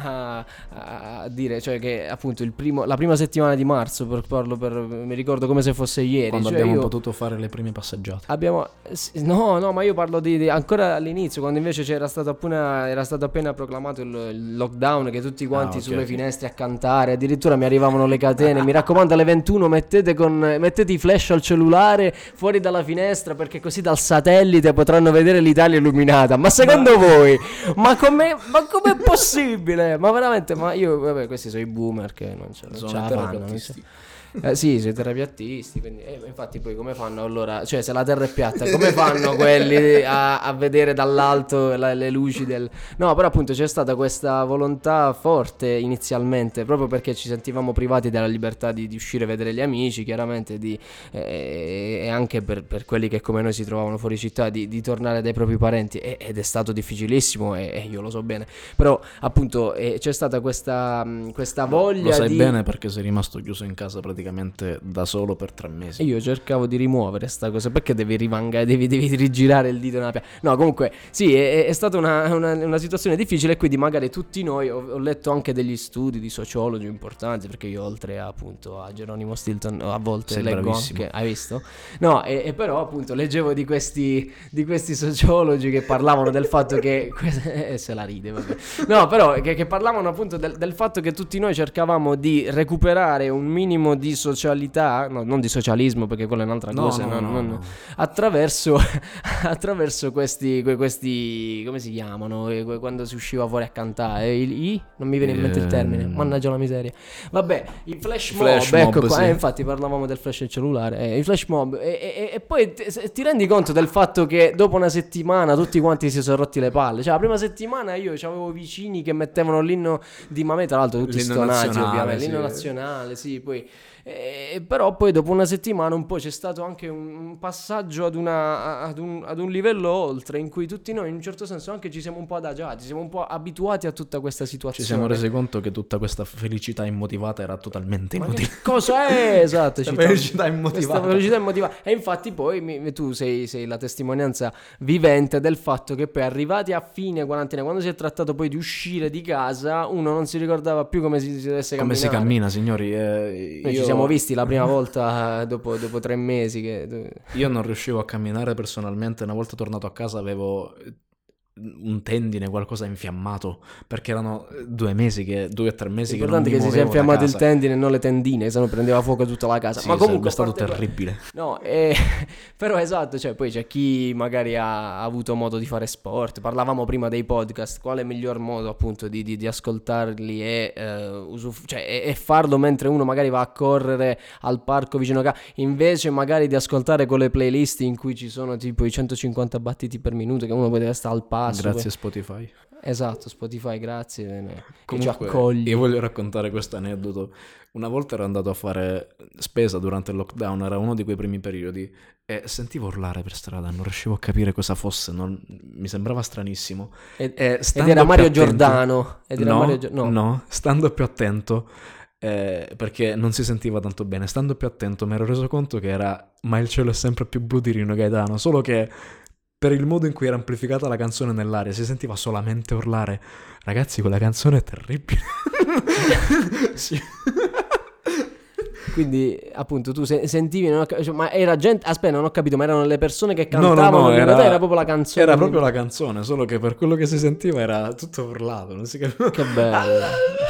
a dire, cioè che appunto la prima settimana di marzo, mi ricordo come se fosse ieri, quando cioè abbiamo potuto fare le prime passeggiate. No, ma io parlo di ancora all'inizio, quando invece era stato appena proclamato il lockdown, che tutti quanti sulle finestre a cantare, addirittura mi arrivavano le catene. Mi raccomando, alle 21 mettete i flash al cellulare fuori dalla finestra, perché così dal satellite potranno vedere l'Italia illuminata. Ma secondo voi, ma com'è possibile? Ma veramente, ma io, vabbè, questi sono i boomer che non ce la fanno. Sì, sui terapiattisti, quindi, infatti poi come fanno allora? Cioè, se la terra è piatta, come fanno quelli a vedere dall'alto le luci del... No, però appunto c'è stata questa volontà forte inizialmente, proprio perché ci sentivamo privati della libertà di uscire a vedere gli amici, chiaramente, e anche per quelli che come noi si trovavano fuori città, di tornare dai propri parenti, ed è stato difficilissimo, e io lo so bene. Però appunto c'è stata questa voglia. Lo sai bene, perché sei rimasto chiuso in casa praticamente da solo per 3 mesi. E io cercavo di rimuovere sta cosa, perché devi rigirare il dito nella piaga. No, comunque sì, è stata una situazione difficile, e quindi magari tutti noi, ho letto anche degli studi di sociologi importanti, perché io oltre appunto a Geronimo Stilton a volte sei leggo bravissimo. anche, hai visto? No, e però appunto leggevo di questi sociologi che parlavano del fatto che se la ride, vabbè. No, però che parlavano appunto del fatto che tutti noi cercavamo di recuperare un minimo di socialità, no, non di socialismo, perché quella è un'altra cosa, no. Attraverso questi come si chiamano, quando si usciva fuori a cantare, non mi viene in mente il termine, mannaggia la miseria. Vabbè, i flash mob, ecco qua, sì. Infatti parlavamo del flash del cellulare, i flash mob, e poi ti rendi conto del fatto che dopo una settimana tutti quanti si sono rotti le palle. Cioè la prima settimana io avevo vicini che mettevano l'inno di Mammè, tra l'altro tutti l'inno stonati, nazionale, ovviamente, sì. l'inno nazionale, sì, poi Però poi dopo una settimana un po' c'è stato anche un passaggio ad un livello oltre, in cui tutti noi in un certo senso anche ci siamo un po' adagiati, siamo un po' abituati a tutta questa situazione. Ci siamo resi conto che tutta questa felicità immotivata era totalmente Ma inutile. che cosa è? Esatto, Questa felicità immotivata. Questa felicità immotivata. E infatti poi tu sei la testimonianza vivente del fatto che poi arrivati a fine quarantena, quando si è trattato poi di uscire di casa, uno non si ricordava più come si dovesse Come camminare. si cammina, signori? Noi ci siamo visti la prima volta dopo 3 mesi Io non riuscivo a camminare personalmente. Una volta tornato a casa avevo un tendine, qualcosa infiammato, perché erano 2 mesi 2 o 3 mesi che non mi L'importante è che si sia muovevo da infiammato il casa. tendine e non le tendine, se no prendeva fuoco tutta la casa. Sì, Ma comunque sarebbe a stato parte terribile. No, però esatto, cioè poi c'è chi magari ha avuto modo di fare sport. Parlavamo prima dei podcast, quale miglior modo appunto di ascoltarli e farlo mentre uno magari va a correre al parco vicino a casa, invece magari di ascoltare con le playlist in cui ci sono tipo i 150 battiti per minuto, che uno poi deve stare al passo. Grazie Spotify. Esatto, Spotify, grazie, che ci Comunque, accogli. io voglio raccontare questo aneddoto. Una volta ero andato a fare spesa durante il lockdown, era uno di quei primi periodi, e sentivo urlare per strada, non riuscivo a capire cosa fosse, mi sembrava stranissimo. Ed stando era più Mario attento- Giordano. No, No. stando più attento, perché non si sentiva tanto bene, stando più attento mi ero reso conto che era Ma il cielo è sempre più blu di Rino Gaetano, solo che per il modo in cui era amplificata la canzone nell'aria si sentiva solamente urlare. Ragazzi, quella canzone è terribile. Sì. Quindi appunto tu sentivi, ma era gente, aspetta, non ho capito, ma erano le persone che cantavano, No, era proprio la canzone. Era proprio la canzone, solo che per quello che si sentiva era tutto urlato, non si capiva. Che bello.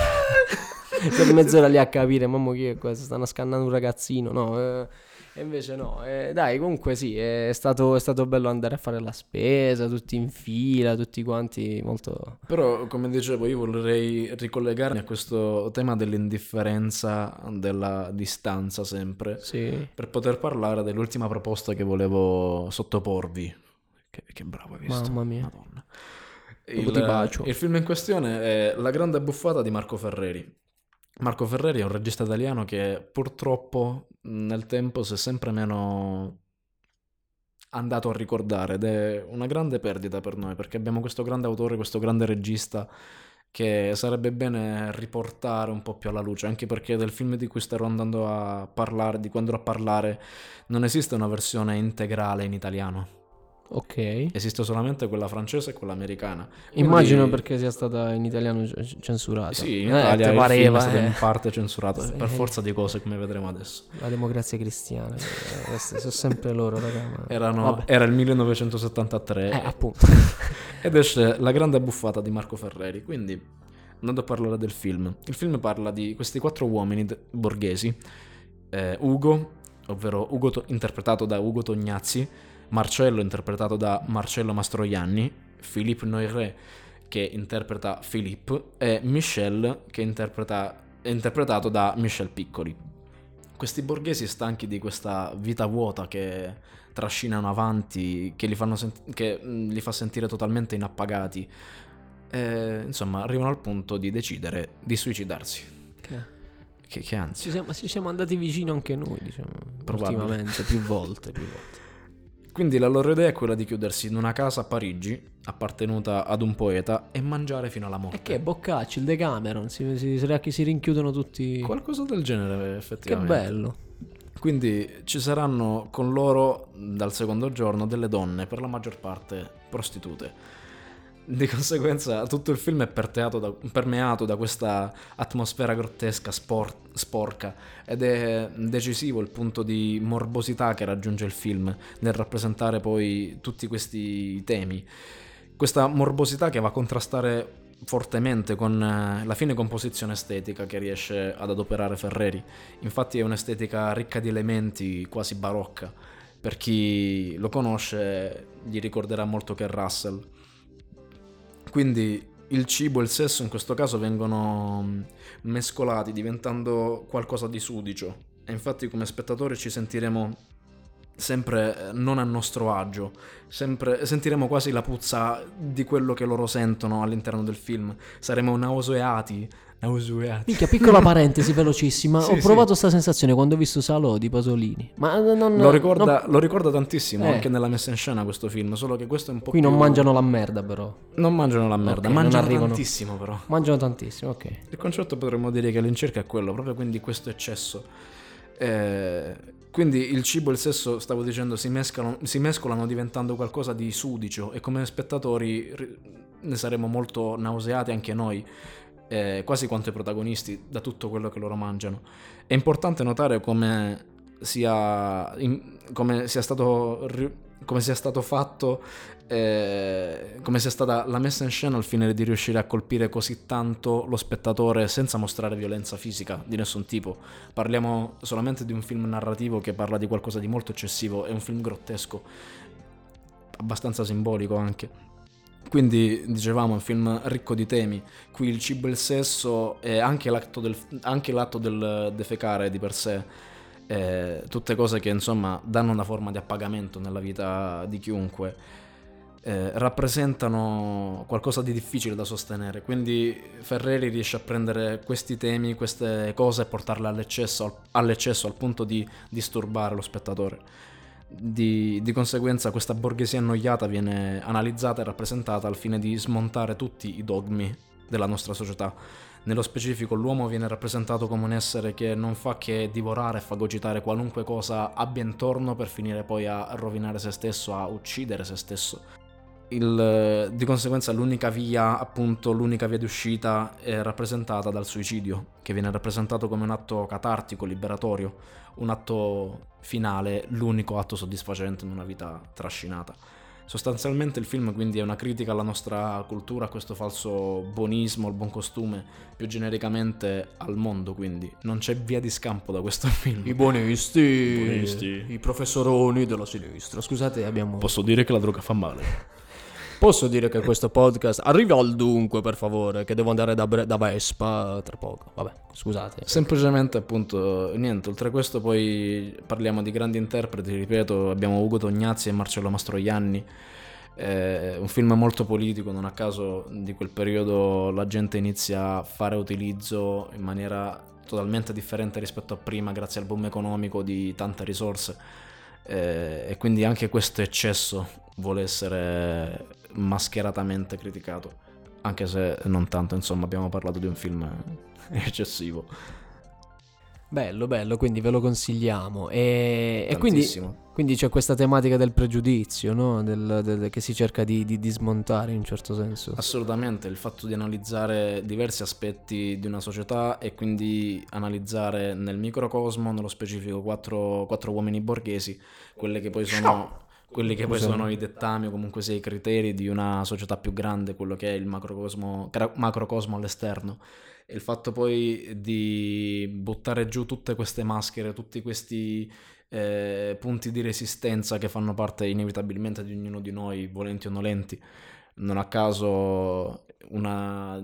Per mezz'ora lì a capire, mamma chi è questo, stanno scannando un ragazzino, no? E invece no, dai, comunque sì, è stato bello andare a fare la spesa, tutti in fila, tutti quanti molto... Però, come dicevo, io vorrei ricollegarmi a questo tema dell'indifferenza, della distanza sempre, Sì. per poter parlare dell'ultima proposta che volevo sottoporvi. Che bravo, hai visto? Mamma mia. Madonna. Dopo ti bacio. Il film in questione è La grande buffata di Marco Ferreri. Marco Ferreri è un regista italiano che purtroppo nel tempo si è sempre meno andato a ricordare, ed è una grande perdita per noi, perché abbiamo questo grande autore, questo grande regista che sarebbe bene riportare un po' più alla luce, anche perché del film di cui starò andando a parlare, di cui andrò a parlare, non esiste una versione integrale in italiano. Ok. Esiste solamente quella francese e quella americana. Immagino Quindi- perché sia stata in italiano censurata. Sì, in Italia te il pareva, film è stato in parte censurato, Sì. per forza di cose, come vedremo adesso. La democrazia cristiana, queste sono sempre loro, raga. Vabbè. Era il 1973 Appunto. ed esce La grande buffata di Marco Ferreri. Quindi, andando a parlare del film, il film parla di questi 4 uomini borghesi: Ugo, ovvero interpretato da Ugo Tognazzi, Marcello, interpretato da Marcello Mastroianni, Philippe Noiret, che interpreta Philippe, e Michel, che è interpretato da Michel Piccoli. Questi borghesi stanchi di questa vita vuota che trascinano avanti, che li fa sentire totalmente inappagati, insomma arrivano al punto di decidere di suicidarsi. Che anzi, Ci siamo andati vicino anche noi, diciamo, Probabile. ultimamente, più volte. quindi la loro idea è quella di chiudersi in una casa a Parigi appartenuta ad un poeta e mangiare fino alla morte. E che Boccaccio, il Decameron, si rinchiudono tutti. Qualcosa del genere, Che effettivamente. bello. Quindi ci saranno con loro dal secondo giorno delle donne, per la maggior parte prostitute. Di conseguenza tutto il film è permeato da questa atmosfera grottesca, sporca, ed è decisivo il punto di morbosità che raggiunge il film nel rappresentare poi tutti questi temi. Questa morbosità che va a contrastare fortemente con la fine composizione estetica che riesce ad adoperare Ferreri. Infatti è un'estetica ricca di elementi, quasi barocca. Per chi lo conosce gli ricorderà molto Ken Russell. Quindi il cibo e il sesso in questo caso vengono mescolati, diventando qualcosa di sudicio. E infatti come spettatori ci sentiremo sempre non a nostro agio, sempre sentiremo quasi la puzza di quello che loro sentono all'interno del film, saremo nauseati. Minchia, piccola parentesi velocissima. Sì, Ho provato sì. sta sensazione quando ho visto Salò di Pasolini. Ma non, Lo ricorda tantissimo Eh. anche nella messa in scena questo film, solo che questo è un po' Qui più... non mangiano la merda, però. Non mangiano la merda, Ok, non mangiano arrivano. tantissimo però. Mangiano tantissimo, ok. Il concetto potremmo dire che all'incirca è quello, proprio quindi questo eccesso. Quindi il cibo e il sesso, stavo dicendo, si mescolano diventando qualcosa di sudicio e come spettatori ne saremo molto nauseati anche noi, quasi quanto i protagonisti, da tutto quello che loro mangiano. È importante notare come sia stato fatto, come sia stata la messa in scena al fine di riuscire a colpire così tanto lo spettatore senza mostrare violenza fisica di nessun tipo. Parliamo solamente di un film narrativo che parla di qualcosa di molto eccessivo, è un film grottesco, abbastanza simbolico anche. Quindi dicevamo è un film ricco di temi. Qui il cibo e il sesso e anche l'atto del defecare di per sé, tutte cose che insomma danno una forma di appagamento nella vita di chiunque, rappresentano qualcosa di difficile da sostenere. Quindi Ferreri riesce a prendere questi temi, queste cose e portarle all'eccesso al punto di disturbare lo spettatore. Di conseguenza questa borghesia annoiata viene analizzata e rappresentata al fine di smontare tutti i dogmi della nostra società. Nello specifico l'uomo viene rappresentato come un essere che non fa che divorare e fagocitare qualunque cosa abbia intorno per finire poi a rovinare se stesso, a uccidere se stesso. Di conseguenza l'unica via di uscita è rappresentata dal suicidio, che viene rappresentato come un atto catartico, liberatorio, un atto finale, l'unico atto soddisfacente in una vita trascinata. Sostanzialmente il film quindi è una critica alla nostra cultura, a questo falso buonismo, al buon costume, più genericamente al mondo, quindi non c'è via di scampo da questo film. I buonisti. I professoroni della sinistra. Scusate, abbiamo... Posso dire che la droga fa male. Posso dire che questo podcast arriva al dunque, per favore, che devo andare da Vespa tra poco. Vabbè, scusate. Semplicemente appunto niente, oltre a questo poi parliamo di grandi interpreti, ripeto, abbiamo Ugo Tognazzi e Marcello Mastroianni. Un film molto politico, non a caso di quel periodo la gente inizia a fare utilizzo in maniera totalmente differente rispetto a prima grazie al boom economico di tante risorse, e quindi anche questo eccesso vuole essere mascheratamente criticato, anche se non tanto, insomma abbiamo parlato di un film eccessivo. Bello, quindi ve lo consigliamo. E Tantissimo. quindi c'è questa tematica del pregiudizio, no? Che si cerca di smontare in un certo senso. Assolutamente, il fatto di analizzare diversi aspetti di una società e quindi analizzare nel microcosmo, nello specifico quattro uomini borghesi, quelli che poi sono i dettami o comunque sia i criteri di una società più grande, quello che è il macrocosmo all'esterno. E il fatto poi di buttare giù tutte queste maschere, tutti questi punti di resistenza che fanno parte inevitabilmente di ognuno di noi, volenti o nolenti. Non a caso una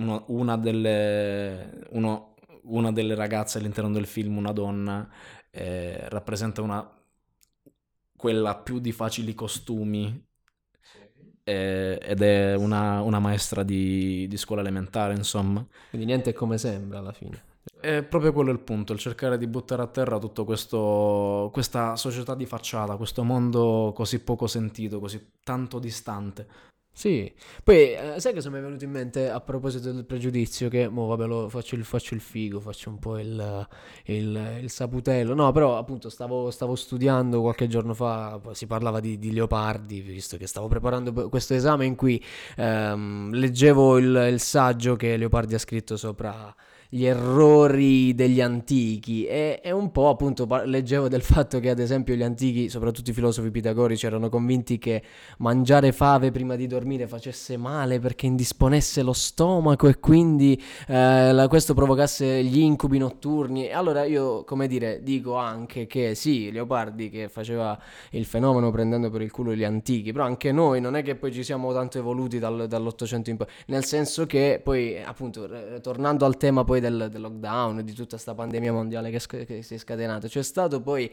delle ragazze all'interno del film, una donna, rappresenta quella più di facili costumi, ed è una maestra di scuola elementare, insomma. Quindi niente è come sembra alla fine. È proprio quello il punto, il cercare di buttare a terra tutto questa società di facciata, questo mondo così poco sentito, così tanto distante. Sì, poi sai cosa mi è venuto in mente a proposito del pregiudizio? Che vabbè, faccio il figo, faccio un po' il saputello. No, però appunto stavo studiando qualche giorno fa, si parlava di Leopardi, visto che stavo preparando questo esame in cui leggevo il saggio che Leopardi ha scritto sopra gli errori degli antichi e un po' appunto leggevo del fatto che ad esempio gli antichi, soprattutto i filosofi pitagorici, erano convinti che mangiare fave prima di dormire facesse male perché indisponesse lo stomaco e quindi questo provocasse gli incubi notturni. E allora io, come dire, dico anche che sì, Leopardi che faceva il fenomeno prendendo per il culo gli antichi, però anche noi non è che poi ci siamo tanto evoluti dall'Ottocento in poi, nel senso che poi appunto tornando al tema poi poi del lockdown, di tutta sta pandemia mondiale che si è scatenata, c'è stato poi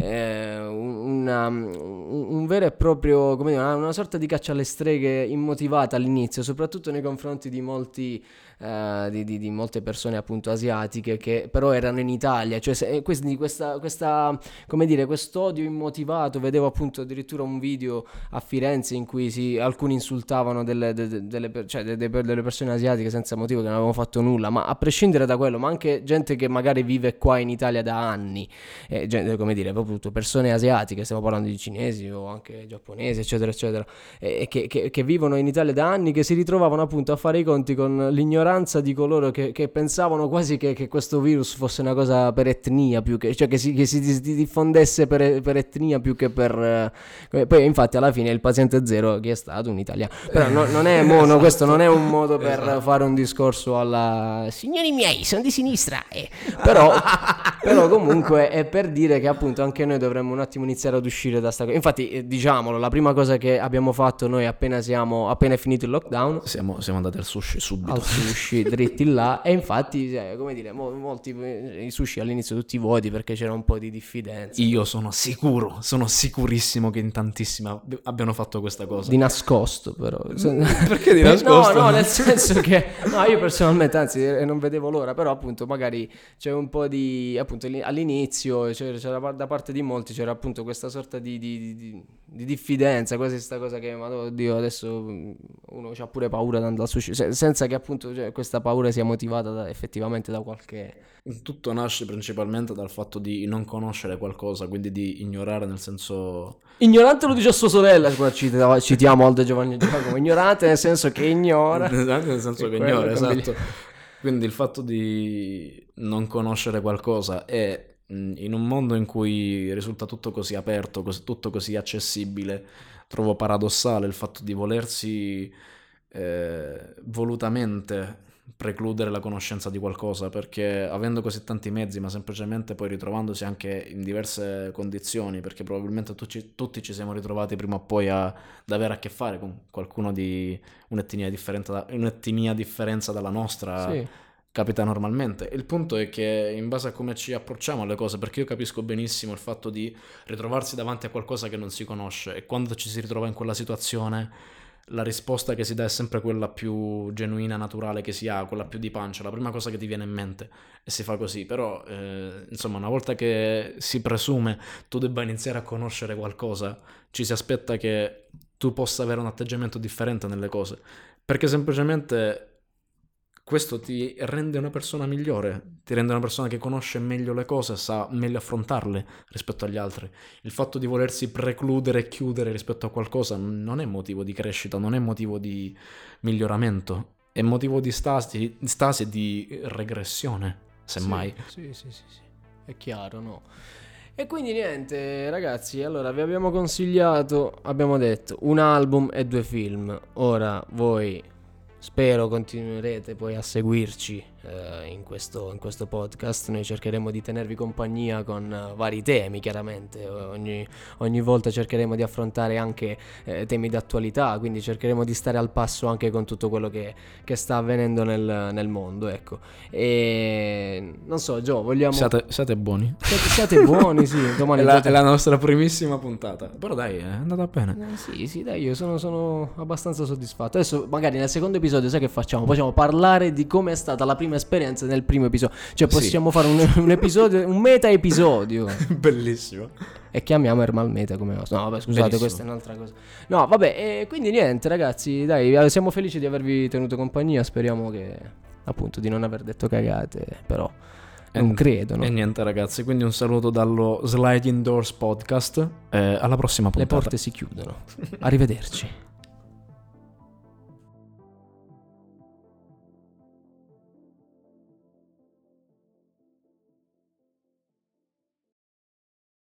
un vero e proprio, come dire, una sorta di caccia alle streghe immotivata all'inizio, soprattutto nei confronti di molti di molte persone appunto asiatiche che però erano in Italia, cioè questa come dire, quest'odio immotivato. Vedevo appunto addirittura un video a Firenze in cui alcuni insultavano delle persone asiatiche senza motivo, che non avevano fatto nulla, ma a prescindere da quello, ma anche gente che magari vive qua in Italia da anni, gente, come dire, proprio persone asiatiche, stiamo parlando di cinesi o anche giapponesi eccetera eccetera, che vivono in Italia da anni, che si ritrovavano appunto a fare i conti con l'ignoranza di coloro che pensavano quasi che questo virus fosse una cosa per etnia, più che, cioè che si diffondesse per etnia più che per poi infatti alla fine il paziente zero che è stato un italiano, però non è mono, questo non è un modo per fare un discorso alla signori miei, sono di sinistra, però comunque è per dire che appunto anche noi dovremmo un attimo iniziare ad uscire da sta cosa. Infatti diciamolo, la prima cosa che abbiamo fatto noi appena è finito il lockdown, siamo andati al sushi subito, dritti là, e infatti come dire, molti i sushi all'inizio tutti vuoti perché c'era un po' di diffidenza. Io sono sicurissimo che in tantissimi abbiano fatto questa cosa di nascosto, però perché di nascosto? No, nel senso che io personalmente anzi non vedevo l'ora, però appunto magari c'è un po' di appunto all'inizio c'era da parte di molti c'era appunto questa sorta di diffidenza, quasi questa cosa che oddio adesso uno c'ha pure paura di andare al sushi, senza che appunto questa paura sia motivata effettivamente da qualche... Tutto nasce principalmente dal fatto di non conoscere qualcosa, quindi di ignorare, nel senso... Ignorante lo dice a sua sorella, citiamo Aldo Giovanni Giacomo, ignorante nel senso che ignora. Nel senso che ignora, esatto. Quindi il fatto di non conoscere qualcosa è, in un mondo in cui risulta tutto così aperto, tutto così accessibile, trovo paradossale il fatto di volersi volutamente precludere la conoscenza di qualcosa, perché avendo così tanti mezzi, ma semplicemente poi ritrovandosi anche in diverse condizioni, perché probabilmente tutti ci siamo ritrovati prima o poi ad avere a che fare con qualcuno di un'etnia differenza dalla nostra. Sì. Capita normalmente. Il punto è che in base a come ci approcciamo alle cose, perché io capisco benissimo il fatto di ritrovarsi davanti a qualcosa che non si conosce, e quando ci si ritrova in quella situazione la risposta che si dà è sempre quella più genuina, naturale che si ha, quella più di pancia, la prima cosa che ti viene in mente, e si fa così. Però insomma, una volta che si presume tu debba iniziare a conoscere qualcosa, ci si aspetta che tu possa avere un atteggiamento differente nelle cose, perché semplicemente questo ti rende una persona migliore, ti rende una persona che conosce meglio le cose, sa meglio affrontarle rispetto agli altri. Il fatto di volersi precludere e chiudere rispetto a qualcosa non è motivo di crescita, non è motivo di miglioramento, è motivo di stasi e di regressione, semmai. Sì, è chiaro, no? E quindi niente ragazzi, allora vi abbiamo consigliato, abbiamo detto, un album e 2 film. Ora voi... spero continuerete poi a seguirci in questo podcast. Noi cercheremo di tenervi compagnia con vari temi, chiaramente ogni volta cercheremo di affrontare anche temi d'attualità, quindi cercheremo di stare al passo anche con tutto quello che sta avvenendo nel mondo, ecco. E non so, Gio, vogliamo... Siate buoni. Siate buoni, sì. Domani è la nostra primissima puntata, però dai, è andata bene. Sì, dai, io sono abbastanza soddisfatto. Adesso magari nel secondo episodio sai che facciamo? Possiamo parlare di come è stata la prima esperienza nel primo episodio, cioè possiamo fare un episodio, un meta episodio. Bellissimo. E chiamiamo Ermal Meta come host. No vabbè, scusate, bellissimo. Questa è un'altra cosa. No vabbè, e quindi niente ragazzi, dai, siamo felici di avervi tenuto compagnia. Speriamo che appunto di non aver detto cagate, però non credo, no? E niente ragazzi, quindi un saluto dallo Sliding Doors Podcast, alla prossima puntata. Le porte si chiudono. Arrivederci.